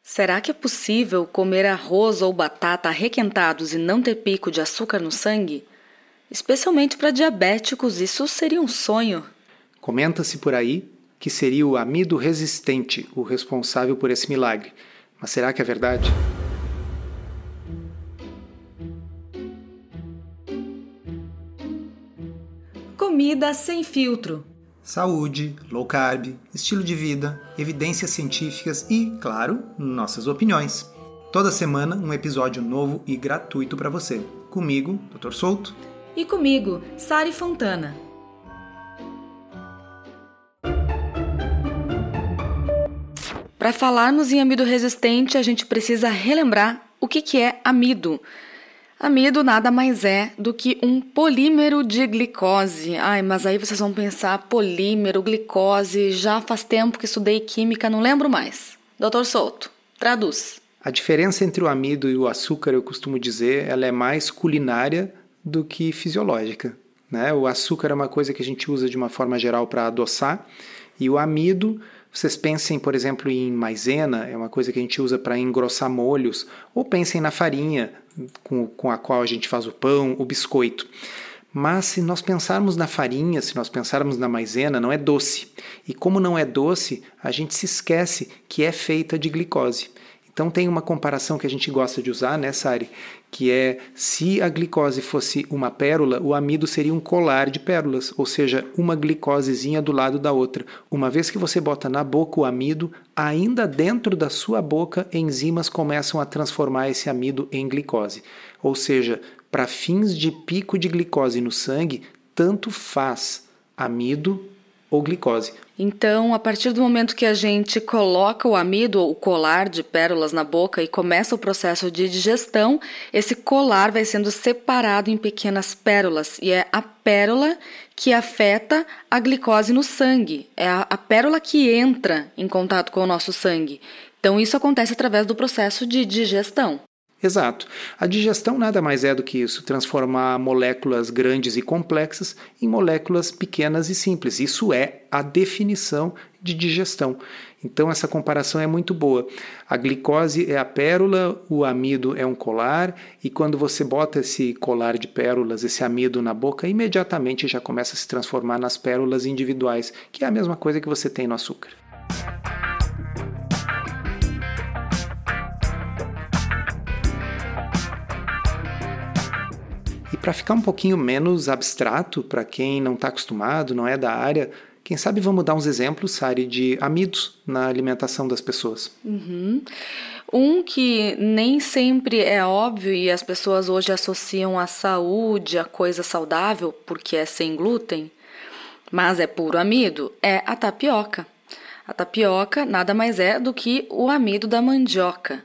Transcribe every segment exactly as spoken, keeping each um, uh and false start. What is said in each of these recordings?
Será que é possível comer arroz ou batata requentados e não ter pico de açúcar no sangue? Especialmente para diabéticos, isso seria um sonho. Comenta-se por aí que seria o amido resistente o responsável por esse milagre. Mas será que é verdade? Comida sem filtro. Saúde, low carb, estilo de vida, evidências científicas e, claro, nossas opiniões. Toda semana um episódio novo e gratuito para você. Comigo, doutor Souto. E comigo, Sari Fontana. Para falarmos em amido resistente, a gente precisa relembrar o que, que é amido. Amido nada mais é do que um polímero de glicose. Ai, mas aí vocês vão pensar, polímero, glicose, já faz tempo que estudei química, não lembro mais. doutor Souto, traduz. A diferença entre o amido e o açúcar, eu costumo dizer, ela é mais culinária do que fisiológica, né? O açúcar é uma coisa que a gente usa de uma forma geral para adoçar, e o amido, vocês pensem, por exemplo, em maisena, é uma coisa que a gente usa para engrossar molhos, ou pensem na farinha com, com a qual a gente faz o pão, o biscoito. Mas se nós pensarmos na farinha, se nós pensarmos na maisena, não é doce. E como não é doce, a gente se esquece que é feita de glicose. Então tem uma comparação que a gente gosta de usar, né, Sari? Que é, se a glicose fosse uma pérola, o amido seria um colar de pérolas, ou seja, uma glicosezinha do lado da outra. Uma vez que você bota na boca o amido, ainda dentro da sua boca, enzimas começam a transformar esse amido em glicose. Ou seja, para fins de pico de glicose no sangue, tanto faz amido ou glicose. Então, a partir do momento que a gente coloca o amido, ou o colar de pérolas na boca e começa o processo de digestão, esse colar vai sendo separado em pequenas pérolas e é a pérola que afeta a glicose no sangue, é a, a pérola que entra em contato com o nosso sangue. Então, isso acontece através do processo de digestão. Exato. A digestão nada mais é do que isso, transformar moléculas grandes e complexas em moléculas pequenas e simples. Isso é a definição de digestão. Então essa comparação é muito boa. A glicose é a pérola, o amido é um colar, e quando você bota esse colar de pérolas, esse amido na boca, imediatamente já começa a se transformar nas pérolas individuais, que é a mesma coisa que você tem no açúcar. Para ficar um pouquinho menos abstrato, para quem não está acostumado, não é da área, quem sabe vamos dar uns exemplos, Sari, de amidos na alimentação das pessoas. Uhum. Um que nem sempre é óbvio e as pessoas hoje associam à saúde, a coisa saudável, porque é sem glúten, mas é puro amido, é a tapioca. A tapioca nada mais é do que o amido da mandioca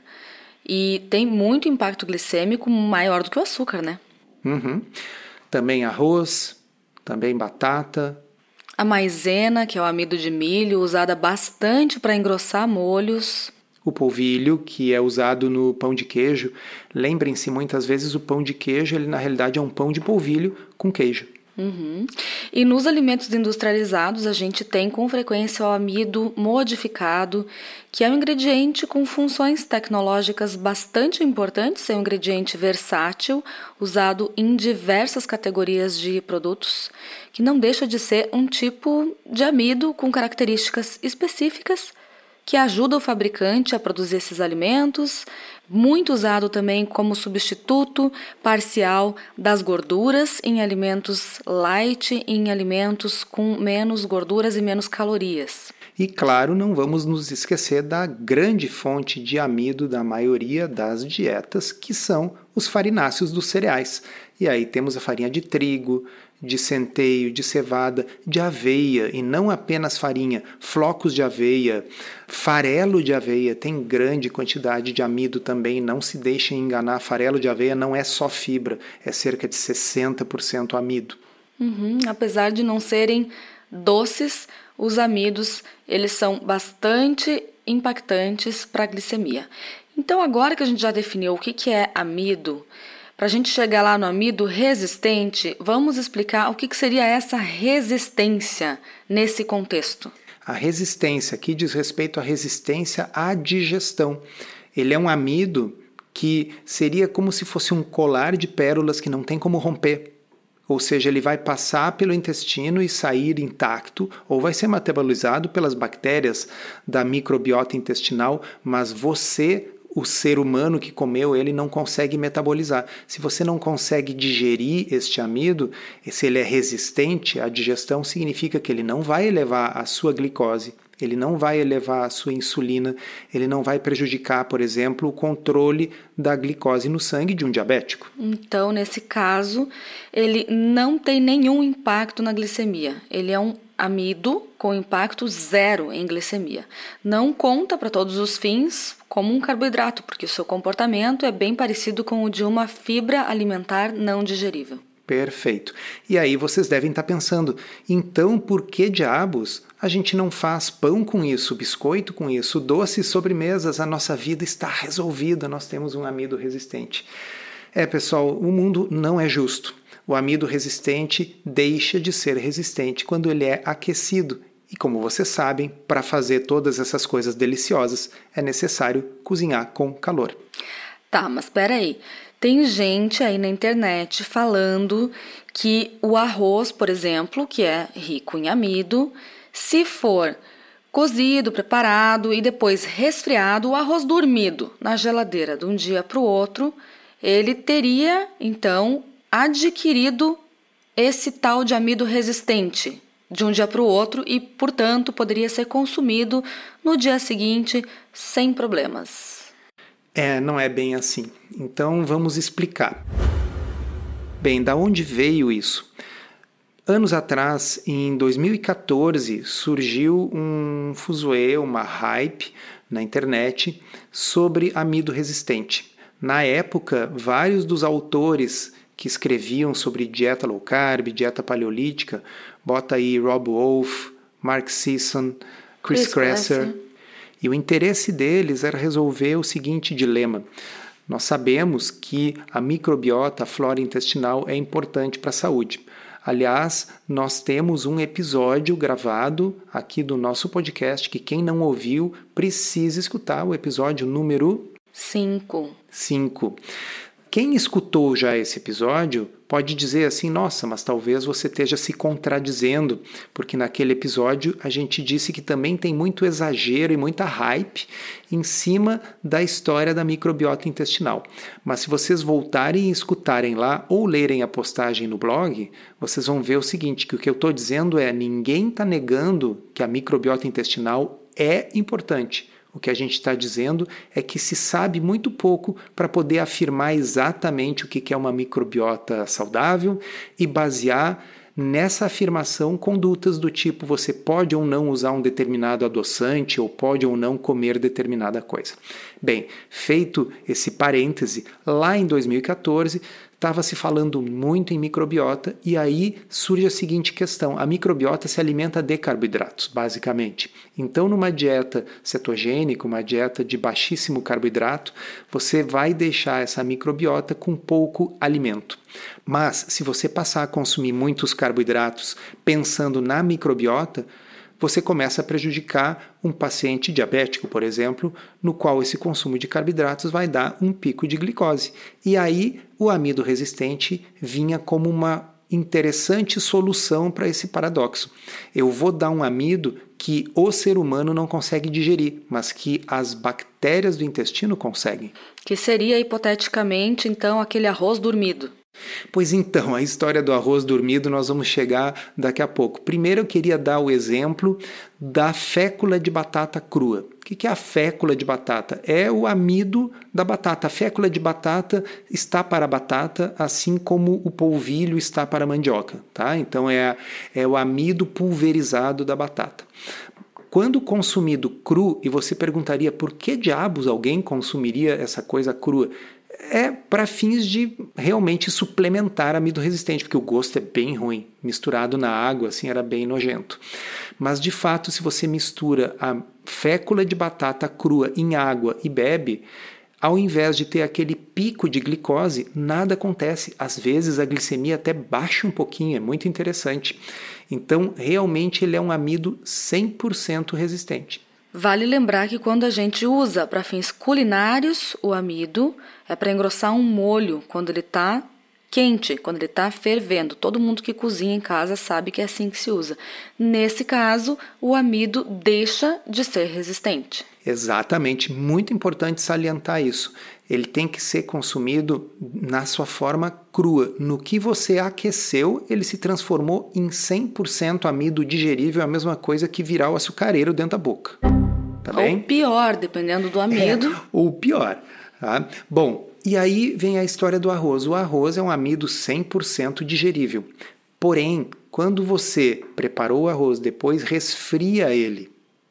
e tem muito impacto glicêmico maior do que o açúcar, né? Uhum. Também arroz, também batata. A maisena, que é o amido de milho, usada bastante para engrossar molhos. O polvilho, que é usado no pão de queijo. Lembrem-se, muitas vezes o pão de queijo, ele na realidade é um pão de polvilho com queijo. Uhum. E nos alimentos industrializados a gente tem com frequência o amido modificado, que é um ingrediente com funções tecnológicas bastante importantes, é um ingrediente versátil, usado em diversas categorias de produtos, que não deixa de ser um tipo de amido com características específicas que ajuda o fabricante a produzir esses alimentos, muito usado também como substituto parcial das gorduras em alimentos light, em alimentos com menos gorduras e menos calorias. E claro, não vamos nos esquecer da grande fonte de amido da maioria das dietas, que são os farináceos dos cereais. E aí temos a farinha de trigo, de centeio, de cevada, de aveia, e não apenas farinha, flocos de aveia, farelo de aveia, tem grande quantidade de amido também, não se deixem enganar, farelo de aveia não é só fibra, é cerca de sessenta por cento amido. Uhum, apesar de não serem doces, os amidos, eles são bastante impactantes para a glicemia. Então, agora que a gente já definiu o que é amido, para a gente chegar lá no amido resistente, vamos explicar o que seria essa resistência nesse contexto. A resistência aqui diz respeito à resistência à digestão. Ele é um amido que seria como se fosse um colar de pérolas que não tem como romper. Ou seja, ele vai passar pelo intestino e sair intacto, ou vai ser metabolizado pelas bactérias da microbiota intestinal, mas você, o ser humano que comeu ele, não consegue metabolizar. Se você não consegue digerir este amido, se ele é resistente à digestão, significa que ele não vai elevar a sua glicose, ele não vai elevar a sua insulina, ele não vai prejudicar, por exemplo, o controle da glicose no sangue de um diabético. Então, nesse caso, ele não tem nenhum impacto na glicemia. Ele é um amido com impacto zero em glicemia. Não conta para todos os fins como um carboidrato, porque o seu comportamento é bem parecido com o de uma fibra alimentar não digerível. Perfeito. E aí vocês devem estar pensando, então por que diabos a gente não faz pão com isso, biscoito com isso, doces, sobremesas, a nossa vida está resolvida, nós temos um amido resistente. É, pessoal, o mundo não é justo. O amido resistente deixa de ser resistente quando ele é aquecido. E como vocês sabem, para fazer todas essas coisas deliciosas, é necessário cozinhar com calor. Tá, mas espera aí. Tem gente aí na internet falando que o arroz, por exemplo, que é rico em amido, se for cozido, preparado e depois resfriado, o arroz dormido na geladeira de um dia para o outro, ele teria, então, adquirido esse tal de amido resistente de um dia para o outro e, portanto, poderia ser consumido no dia seguinte sem problemas. É, não é bem assim. Então vamos explicar. Bem, da onde veio isso? Anos atrás, em dois mil e quatorze, surgiu um fuzuê, uma hype na internet sobre amido resistente. Na época, vários dos autores que escreviam sobre dieta low carb, dieta paleolítica, bota aí Robb Wolf, Mark Sisson, Chris, Chris Kresser. E o interesse deles era resolver o seguinte dilema. Nós sabemos que a microbiota, a flora intestinal, é importante para a saúde. Aliás, nós temos um episódio gravado aqui do nosso podcast que quem não ouviu precisa escutar, o episódio número cinco. cinco. Quem escutou já esse episódio pode dizer assim, nossa, mas talvez você esteja se contradizendo, porque naquele episódio a gente disse que também tem muito exagero e muita hype em cima da história da microbiota intestinal. Mas se vocês voltarem e escutarem lá ou lerem a postagem no blog, vocês vão ver o seguinte, que o que eu estou dizendo é, ninguém está negando que a microbiota intestinal é importante. O que a gente está dizendo é que se sabe muito pouco para poder afirmar exatamente o que é uma microbiota saudável e basear nessa afirmação condutas do tipo você pode ou não usar um determinado adoçante ou pode ou não comer determinada coisa. Bem, feito esse parêntese, lá em dois mil e quatorze estava se falando muito em microbiota e aí surge a seguinte questão, a microbiota se alimenta de carboidratos, basicamente. Então, numa dieta cetogênica, uma dieta de baixíssimo carboidrato, você vai deixar essa microbiota com pouco alimento. Mas, se você passar a consumir muitos carboidratos pensando na microbiota, você começa a prejudicar um paciente diabético, por exemplo, no qual esse consumo de carboidratos vai dar um pico de glicose. E aí o amido resistente vinha como uma interessante solução para esse paradoxo. Eu vou dar um amido que o ser humano não consegue digerir, mas que as bactérias do intestino conseguem. Que seria, hipoteticamente, então, aquele arroz dormido. Pois então, a história do arroz dormido nós vamos chegar daqui a pouco. Primeiro eu queria dar o exemplo da fécula de batata crua. O que é a fécula de batata? É o amido da batata. A fécula de batata está para a batata, assim como o polvilho está para a mandioca. Tá? Então é, é o amido pulverizado da batata. Quando consumido cru, e você perguntaria por que diabos alguém consumiria essa coisa crua? É para fins de realmente suplementar amido resistente, porque o gosto é bem ruim. Misturado na água, assim, era bem nojento. Mas, de fato, se você mistura a fécula de batata crua em água e bebe, ao invés de ter aquele pico de glicose, nada acontece. Às vezes a glicemia até baixa um pouquinho, é muito interessante. Então, realmente ele é um amido cem por cento resistente. Vale lembrar que quando a gente usa para fins culinários o amido, é para engrossar um molho quando ele está quente, quando ele está fervendo. Todo mundo que cozinha em casa sabe que é assim que se usa. Nesse caso, o amido deixa de ser resistente. Exatamente, muito importante salientar isso. Ele tem que ser consumido na sua forma crua. No que você aqueceu, ele se transformou em cem por cento amido digerível, é a mesma coisa que virar o açucareiro dentro da boca. Tá bem? Ou pior, dependendo do amido. É, ou pior. Tá? Bom, e aí vem a história do arroz. O arroz é um amido cem por cento digerível. Porém, quando você preparou o arroz, depois resfria ele,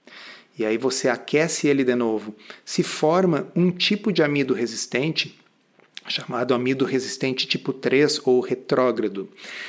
e aí você aquece ele de novo, se forma um tipo de amido resistente, chamado amido resistente tipo três ou retrógrado.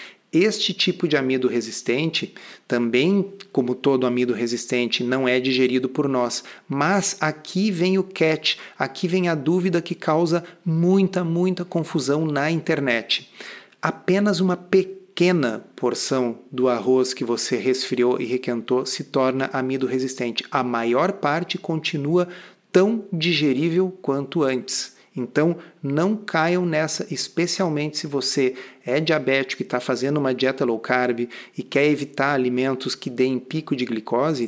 Este tipo de amido resistente, também como todo amido resistente, não é digerido por nós. Mas aqui vem o catch, aqui vem a dúvida que causa muita, muita confusão na internet. Apenas uma pequena porção do arroz que você resfriou e requentou se torna amido resistente. A maior parte continua tão digerível quanto antes. Então, não caiam nessa, especialmente se você é diabético e está fazendo uma dieta low carb e quer evitar alimentos que deem pico de glicose.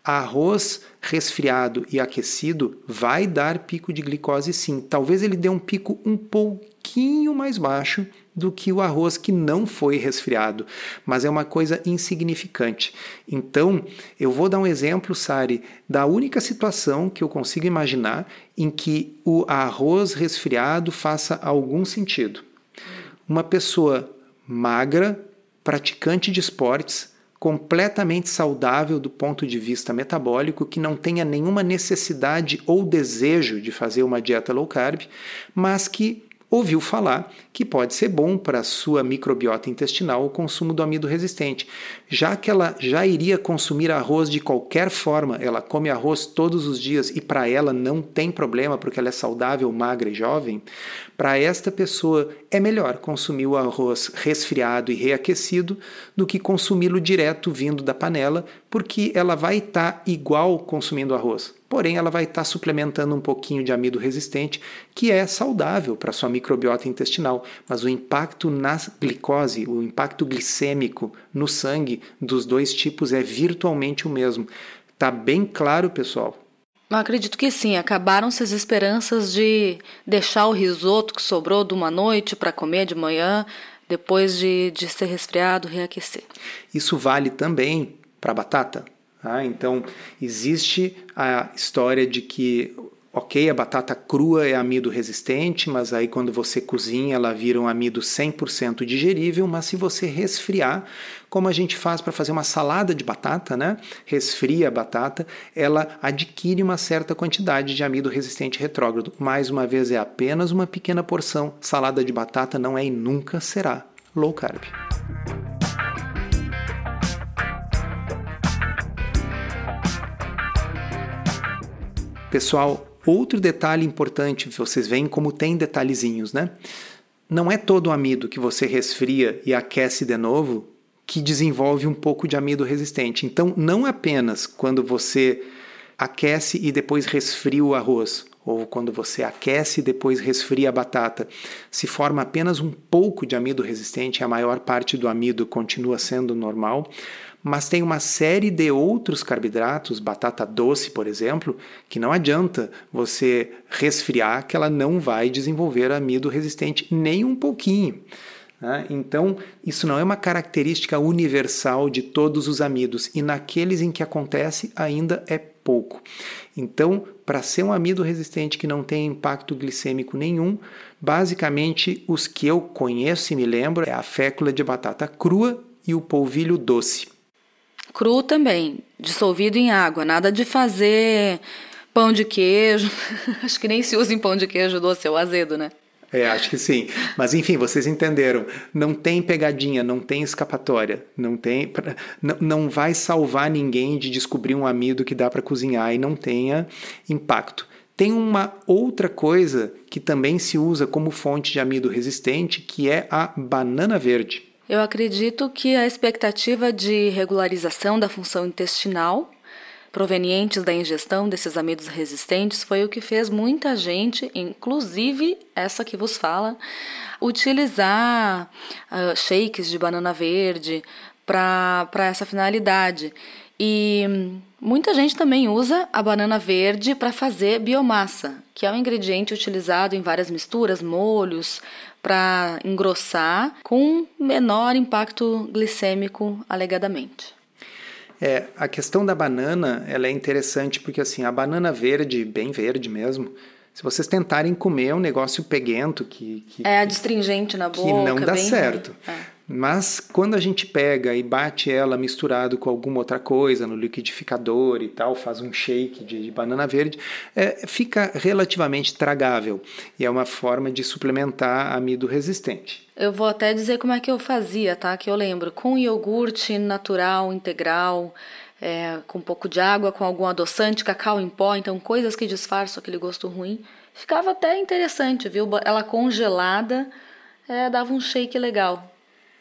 Arroz resfriado e aquecido vai dar pico de glicose sim. Talvez ele dê um pico um pouquinho mais baixo do que o arroz que não foi resfriado, mas é uma coisa insignificante. Então, eu vou dar um exemplo, Sari, da única situação que eu consigo imaginar em que o arroz resfriado faça algum sentido. Uma pessoa magra, praticante de esportes, completamente saudável do ponto de vista metabólico, que não tenha nenhuma necessidade ou desejo de fazer uma dieta low carb, mas que ouviu falar que pode ser bom para a sua microbiota intestinal o consumo do amido resistente. Já que ela já iria consumir arroz de qualquer forma, ela come arroz todos os dias e para ela não tem problema porque ela é saudável, magra e jovem, para esta pessoa é melhor consumir o arroz resfriado e reaquecido do que consumi-lo direto vindo da panela, porque ela vai estar igual consumindo arroz. Porém, ela vai estar suplementando um pouquinho de amido resistente, que é saudável para a sua microbiota intestinal, mas o impacto na glicose, o impacto glicêmico no sangue dos dois tipos é virtualmente o mesmo. Tá bem claro, pessoal? Eu acredito que sim, acabaram-se as esperanças de deixar o risoto que sobrou de uma noite para comer de manhã, depois de, de ser resfriado, reaquecer. Isso vale também para a batata. Ah, então, existe a história de que, ok, a batata crua é amido resistente, mas aí quando você cozinha ela vira um amido cem por cento digerível, mas se você resfriar, como a gente faz para fazer uma salada de batata, né? Resfria a batata, ela adquire uma certa quantidade de amido resistente retrógrado. Mais uma vez, é apenas uma pequena porção. Salada de batata não é e nunca será low carb. Pessoal, outro detalhe importante, vocês veem como tem detalhezinhos, né? Não é todo o amido que você resfria e aquece de novo que desenvolve um pouco de amido resistente. Então, não apenas quando você aquece e depois resfria o arroz, ou quando você aquece e depois resfria a batata, se forma apenas um pouco de amido resistente, a maior parte do amido continua sendo normal, mas tem uma série de outros carboidratos, batata doce, por exemplo, que não adianta você resfriar que ela não vai desenvolver amido resistente nem um pouquinho. Né? Então, isso não é uma característica universal de todos os amidos e naqueles em que acontece ainda é pouco. Então, para ser um amido resistente que não tem impacto glicêmico nenhum, basicamente os que eu conheço e me lembro é a fécula de batata crua e o polvilho doce. Cru também, dissolvido em água, nada de fazer pão de queijo. Acho que nem se usa em pão de queijo doce, é o azedo, né? É, acho que sim. Mas enfim, vocês entenderam. Não tem pegadinha, não tem escapatória. Não tem, não, não vai salvar ninguém de descobrir um amido que dá para cozinhar e não tenha impacto. Tem uma outra coisa que também se usa como fonte de amido resistente, que é a banana verde. Eu acredito que a expectativa de regularização da função intestinal provenientes da ingestão desses amidos resistentes foi o que fez muita gente, inclusive essa que vos fala, utilizar uh, shakes de banana verde para essa finalidade. E muita gente também usa a banana verde para fazer biomassa, que é um ingrediente utilizado em várias misturas, molhos, para engrossar com menor impacto glicêmico, alegadamente. É, a questão da banana, ela é interessante porque assim, a banana verde, bem verde mesmo, se vocês tentarem comer é um negócio peguento que... que é adstringente na boca. Que não dá bem certo. É. Mas quando a gente pega e bate ela misturado com alguma outra coisa no liquidificador e tal, faz um shake de, de banana verde, é, fica relativamente tragável. E é uma forma de suplementar amido resistente. Eu vou até dizer como é que eu fazia, tá? Que eu lembro, com iogurte natural, integral, é, com um pouco de água, com algum adoçante, cacau em pó, então coisas que disfarçam aquele gosto ruim. Ficava até interessante, viu? Ela congelada, é, dava um shake legal.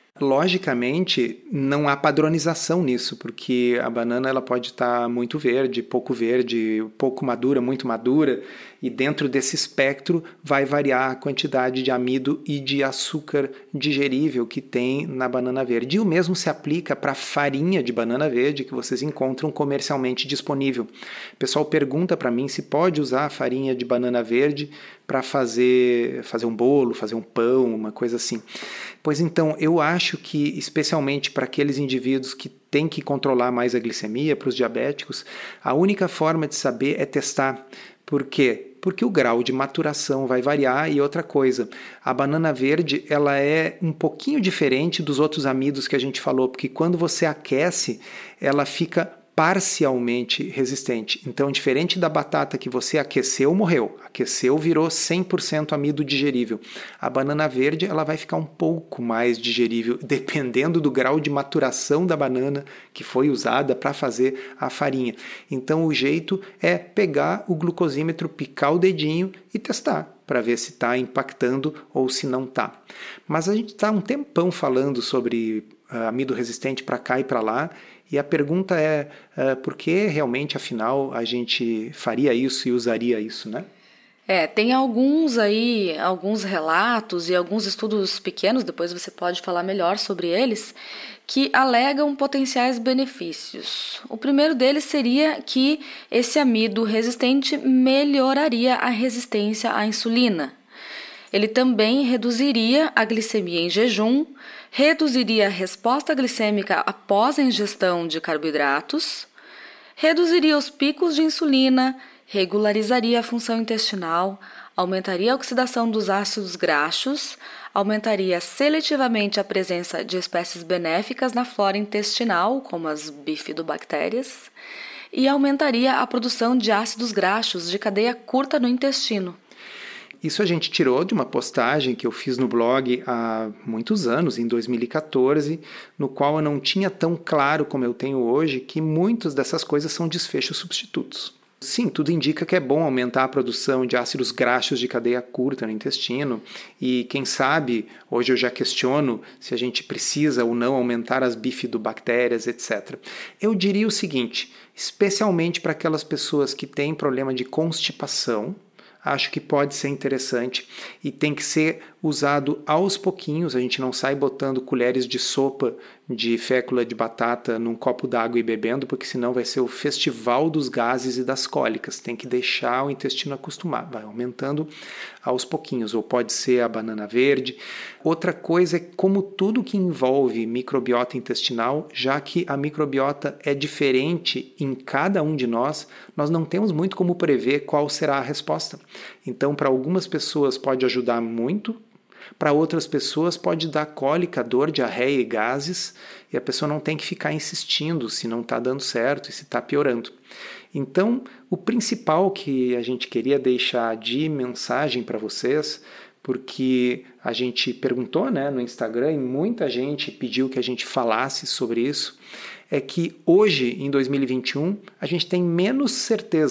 Logicamente, não há padronização nisso, porque a banana ela pode estar muito verde, pouco verde, pouco madura, muito madura, e dentro desse espectro vai variar a quantidade de amido e de açúcar digerível que tem na banana verde. E o mesmo se aplica para a farinha de banana verde que vocês encontram comercialmente disponível. O pessoal pergunta para mim se pode usar a farinha de banana verde para fazer, fazer um bolo, fazer um pão, uma coisa assim. Pois então, eu acho que, especialmente para aqueles indivíduos que têm que controlar mais a glicemia, para os diabéticos, a única forma de saber é testar. Por quê? Porque o grau de maturação vai variar e outra coisa, a banana verde ela é um pouquinho diferente dos outros amidos que a gente falou, porque quando você aquece, ela fica parcialmente resistente. Então, diferente da batata que você aqueceu, morreu. Aqueceu, virou cem por cento amido digerível. A banana verde ela vai ficar um pouco mais digerível, dependendo do grau de maturação da banana que foi usada para fazer a farinha. Então, o jeito é pegar o glucosímetro, picar o dedinho e testar, para ver se está impactando ou se não está. Mas a gente está um tempão falando sobre uh, amido resistente para cá e para lá, e a pergunta é uh, por que realmente, afinal, a gente faria isso e usaria isso, né? É, tem alguns aí, alguns relatos e alguns estudos pequenos, depois você pode falar melhor sobre eles, que alegam potenciais benefícios. O primeiro deles seria que esse amido resistente melhoraria a resistência à insulina. Ele também reduziria a glicemia em jejum, reduziria a resposta glicêmica após a ingestão de carboidratos, reduziria os picos de insulina, regularizaria a função intestinal, aumentaria a oxidação dos ácidos graxos, aumentaria seletivamente a presença de espécies benéficas na flora intestinal, como as bifidobactérias, e aumentaria a produção de ácidos graxos de cadeia curta no intestino. Isso a gente tirou de uma postagem que eu fiz no blog há muitos anos, em dois mil e quatorze, no qual eu não tinha tão claro como eu tenho hoje que muitas dessas coisas são desfechos substitutos. Sim, tudo indica que é bom aumentar a produção de ácidos graxos de cadeia curta no intestino e, quem sabe, hoje eu já questiono se a gente precisa ou não aumentar as bifidobactérias, etcétera. Eu diria o seguinte, especialmente para aquelas pessoas que têm problema de constipação, acho que pode ser interessante e tem que ser usado aos pouquinhos. A gente não sai botando colheres de sopa de fécula de batata num copo d'água e bebendo, porque senão vai ser o festival dos gases e das cólicas. Tem que deixar o intestino acostumar, vai aumentando aos pouquinhos, ou pode ser a banana verde. Outra coisa é como tudo que envolve microbiota intestinal, já que a microbiota é diferente em cada um de nós, nós não temos muito como prever qual será a resposta. Então, para algumas pessoas pode ajudar muito, para outras pessoas pode dar cólica, dor, diarreia e gases, e a pessoa não tem que ficar insistindo se não está dando certo e se está piorando. Então, o principal que a gente queria deixar de mensagem para vocês, porque a gente perguntou, né, no Instagram e muita gente pediu que a gente falasse sobre isso, é que hoje, em dois mil e vinte e um, a gente tem menos certezas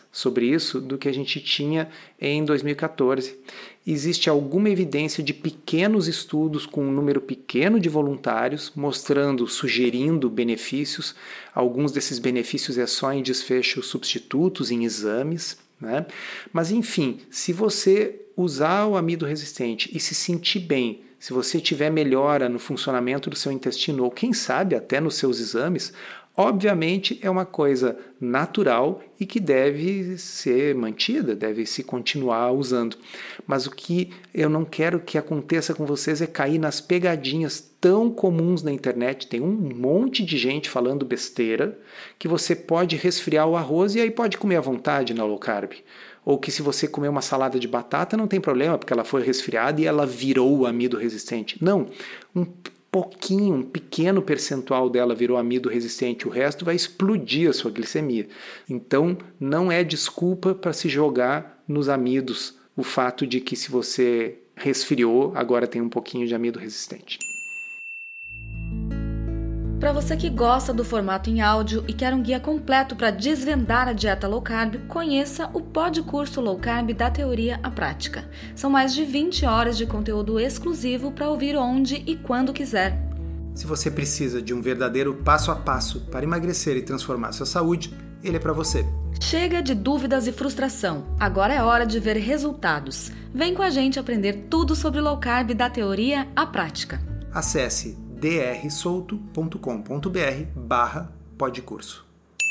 sobre isso do que a gente tinha em dois mil e quatorze. Existe alguma evidência de pequenos estudos com um número pequeno de voluntários, mostrando, sugerindo benefícios. Alguns desses benefícios é só em desfechos substitutos, em exames, né? Mas enfim, se você usar o amido resistente e se sentir bem, se você tiver melhora no funcionamento do seu intestino, ou quem sabe até nos seus exames, obviamente é uma coisa natural e que deve ser mantida, deve se continuar usando. Mas o que eu não quero que aconteça com vocês é cair nas pegadinhas tão comuns na internet. Tem um monte de gente falando besteira que você pode resfriar o arroz e aí pode comer à vontade na low carb. Ou que se você comer uma salada de batata não tem problema, porque ela foi resfriada e ela virou o amido resistente. Não, um pouquinho, um pequeno percentual dela virou amido resistente, o resto vai explodir a sua glicemia. Então, não é desculpa para se jogar nos amidos o fato de que se você resfriou, agora tem um pouquinho de amido resistente. Para você que gosta do formato em áudio e quer um guia completo para desvendar a dieta low carb, conheça o Podcurso Low Carb da Teoria à Prática. São mais de vinte horas de conteúdo exclusivo para ouvir onde e quando quiser. Se você precisa de um verdadeiro passo a passo para emagrecer e transformar sua saúde, ele é para você. Chega de dúvidas e frustração. Agora é hora de ver resultados. Vem com a gente aprender tudo sobre low carb da teoria à prática. Acesse drsolto.com.br barra podcurso.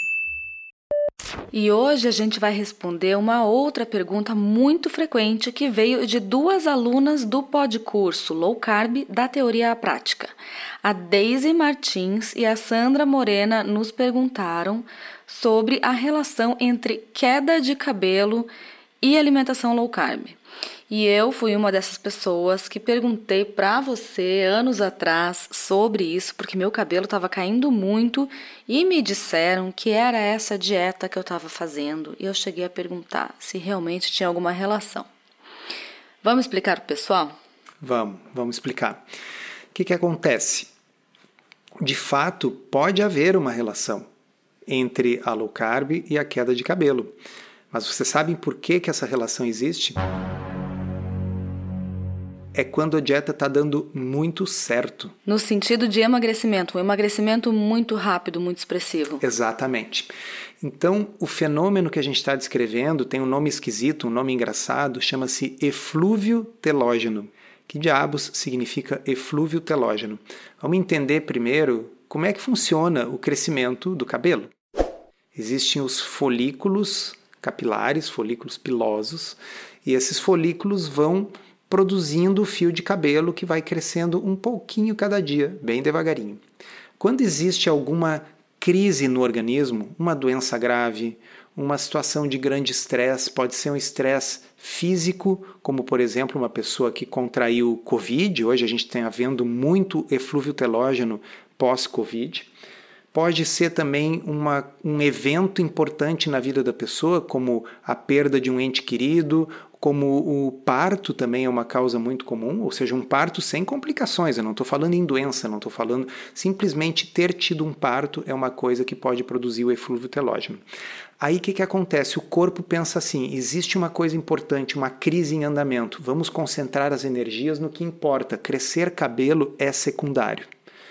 E hoje a gente vai responder uma outra pergunta muito frequente que veio de duas alunas do Podcurso Low Carb da Teoria à Prática. A Deise Martins e a Sandra Morena nos perguntaram sobre a relação entre queda de cabelo e alimentação low carb. E eu fui uma dessas pessoas que perguntei para você anos atrás sobre isso, porque meu cabelo estava caindo muito e me disseram que era essa dieta que eu estava fazendo. E eu cheguei a perguntar se realmente tinha alguma relação. Vamos explicar para o pessoal? Vamos, vamos explicar. O que que acontece? De fato, pode haver uma relação entre a low carb e a queda de cabelo. Mas vocês sabem por que que essa relação existe? É quando a dieta está dando muito certo. No sentido de emagrecimento, um emagrecimento muito rápido, muito expressivo. Exatamente. Então, o fenômeno que a gente está descrevendo tem um nome esquisito, um nome engraçado, chama-se eflúvio telógeno. Que diabos significa eflúvio telógeno? Vamos entender primeiro como é que funciona o crescimento do cabelo. Existem os folículos capilares, folículos pilosos, e esses folículos vão produzindo o fio de cabelo que vai crescendo um pouquinho cada dia, bem devagarinho. Quando existe alguma crise no organismo, uma doença grave, uma situação de grande estresse, pode ser um estresse físico, como por exemplo uma pessoa que contraiu Covid, hoje a gente está vendo muito eflúvio telógeno pós-Covid. Pode ser também uma, um evento importante na vida da pessoa, como a perda de um ente querido, como o parto também é uma causa muito comum, ou seja, um parto sem complicações. Eu não estou falando em doença, não estou falando simplesmente ter tido um parto é uma coisa que pode produzir o eflúvio telógeno. Aí o que, que acontece? O corpo pensa assim, existe uma coisa importante, uma crise em andamento, vamos concentrar as energias no que importa, crescer cabelo é secundário.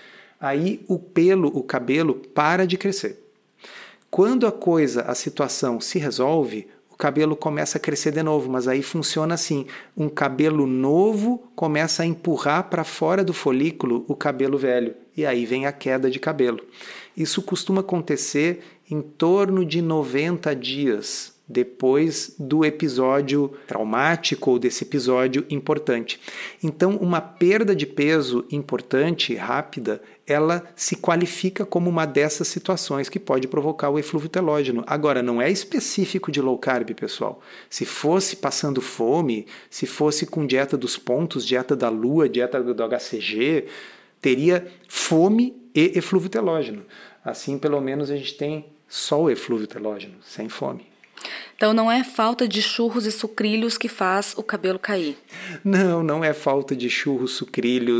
Aí o pelo, o cabelo, para de crescer. Quando a coisa, a situação se resolve, o cabelo começa a crescer de novo, mas aí funciona assim, um cabelo novo começa a empurrar para fora do folículo o cabelo velho, e aí vem a queda de cabelo. Isso costuma acontecer em torno de noventa dias depois do episódio traumático ou desse episódio importante. Então, uma perda de peso importante, rápida, ela se qualifica como uma dessas situações que pode provocar o eflúvio telógeno. Agora, não é específico de low carb, pessoal. Se fosse passando fome, se fosse com dieta dos pontos, dieta da lua, dieta do H C G, teria fome e eflúvio telógeno. Assim, pelo menos, a gente tem só o eflúvio telógeno, sem fome. Então não é falta de churros e sucrilhos que faz o cabelo cair. Não, não é falta de churros, sucrilhos,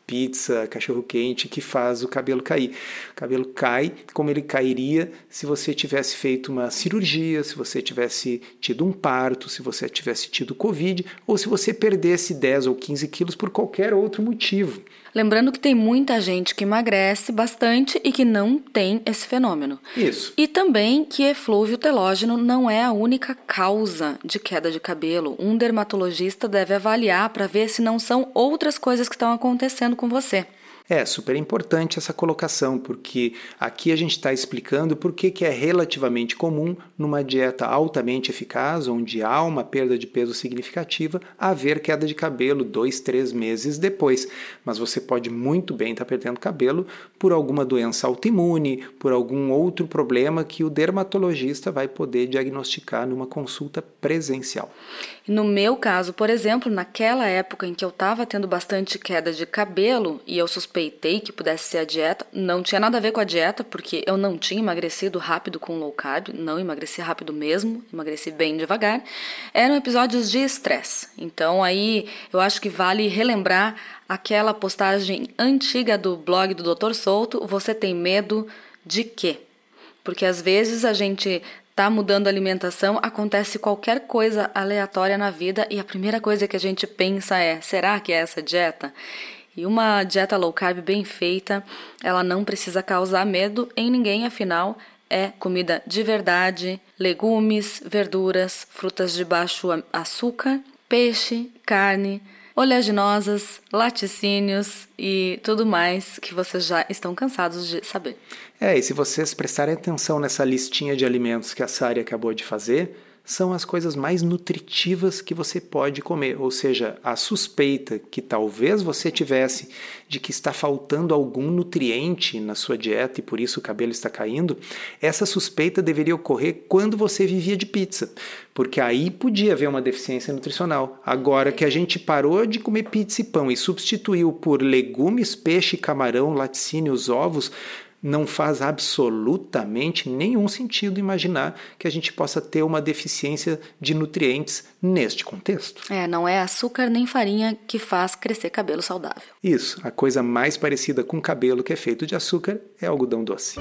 pizza, cachorro-quente, que faz o cabelo cair. O cabelo cai como ele cairia se você tivesse feito uma cirurgia, se você tivesse tido um parto, se você tivesse tido Covid, ou se você perdesse dez ou quinze quilos por qualquer outro motivo. Lembrando que tem muita gente que emagrece bastante e que não tem esse fenômeno. Isso. E também que eflúvio telógeno não é a única causa de queda de cabelo. Um dermatologista deve avaliar para ver se não são outras coisas que estão acontecendo com você. É super importante essa colocação, porque aqui a gente está explicando por que que é relativamente comum numa dieta altamente eficaz, onde há uma perda de peso significativa, haver queda de cabelo dois, três meses depois. Mas você pode muito bem estar perdendo cabelo por alguma doença autoimune, por algum outro problema que o dermatologista vai poder diagnosticar numa consulta presencial. No meu caso, por exemplo, naquela época em que eu estava tendo bastante queda de cabelo e eu suspeitei que pudesse ser a dieta, não tinha nada a ver com a dieta, porque eu não tinha emagrecido rápido com low carb, não emagreci rápido mesmo, emagreci bem devagar. Eram episódios de estresse. Então aí eu acho que vale relembrar aquela postagem antiga do blog do doutor Souto, você tem medo de quê? Porque às vezes a gente tá mudando a alimentação, acontece qualquer coisa aleatória na vida e a primeira coisa que a gente pensa é, será que é essa dieta? E uma dieta low carb bem feita, ela não precisa causar medo em ninguém, afinal é comida de verdade, legumes, verduras, frutas de baixo açúcar, peixe, carne, oleaginosas, laticínios e tudo mais que vocês já estão cansados de saber. É, e se vocês prestarem atenção nessa listinha de alimentos que a Sari acabou de fazer, são as coisas mais nutritivas que você pode comer, ou seja, a suspeita que talvez você tivesse de que está faltando algum nutriente na sua dieta e por isso o cabelo está caindo, essa suspeita deveria ocorrer quando você vivia de pizza, porque aí podia haver uma deficiência nutricional. Agora que a gente parou de comer pizza e pão e substituiu por legumes, peixe, camarão, laticínios, ovos, não faz absolutamente nenhum sentido imaginar que a gente possa ter uma deficiência de nutrientes neste contexto. É, não é açúcar nem farinha que faz crescer cabelo saudável. Isso, a coisa mais parecida com cabelo que é feito de açúcar é algodão doce.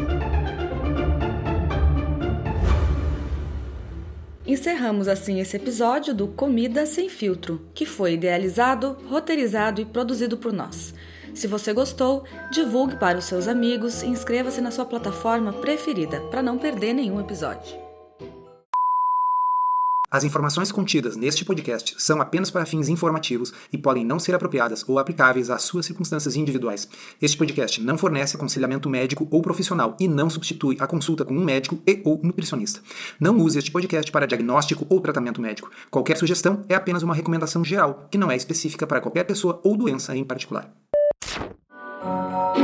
Encerramos assim esse episódio do Comida Sem Filtro, que foi idealizado, roteirizado e produzido por nós. Se você gostou, divulgue para os seus amigos e inscreva-se na sua plataforma preferida para não perder nenhum episódio. As informações contidas neste podcast são apenas para fins informativos e podem não ser apropriadas ou aplicáveis às suas circunstâncias individuais. Este podcast não fornece aconselhamento médico ou profissional e não substitui a consulta com um médico e ou nutricionista. Não use este podcast para diagnóstico ou tratamento médico. Qualquer sugestão é apenas uma recomendação geral, que não é específica para qualquer pessoa ou doença em particular.